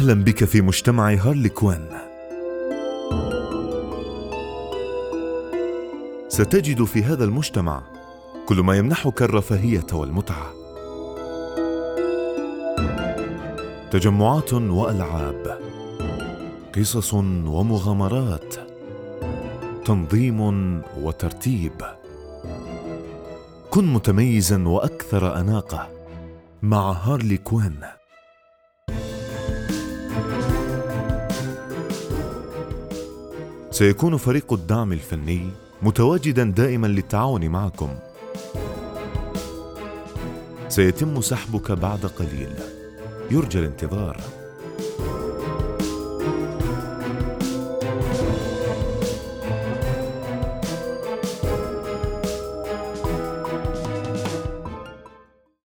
أهلا بك في مجتمع هارلي كوين. ستجد في هذا المجتمع كل ما يمنحك الرفاهية والمتعة، تجمعات وألعاب، قصص ومغامرات، تنظيم وترتيب. كن متميزا وأكثر أناقة مع هارلي كوين. سيكون فريق الدعم الفني متواجدا دائما للتعاون معكم. سيتم سحبك بعد قليل، يرجى الانتظار.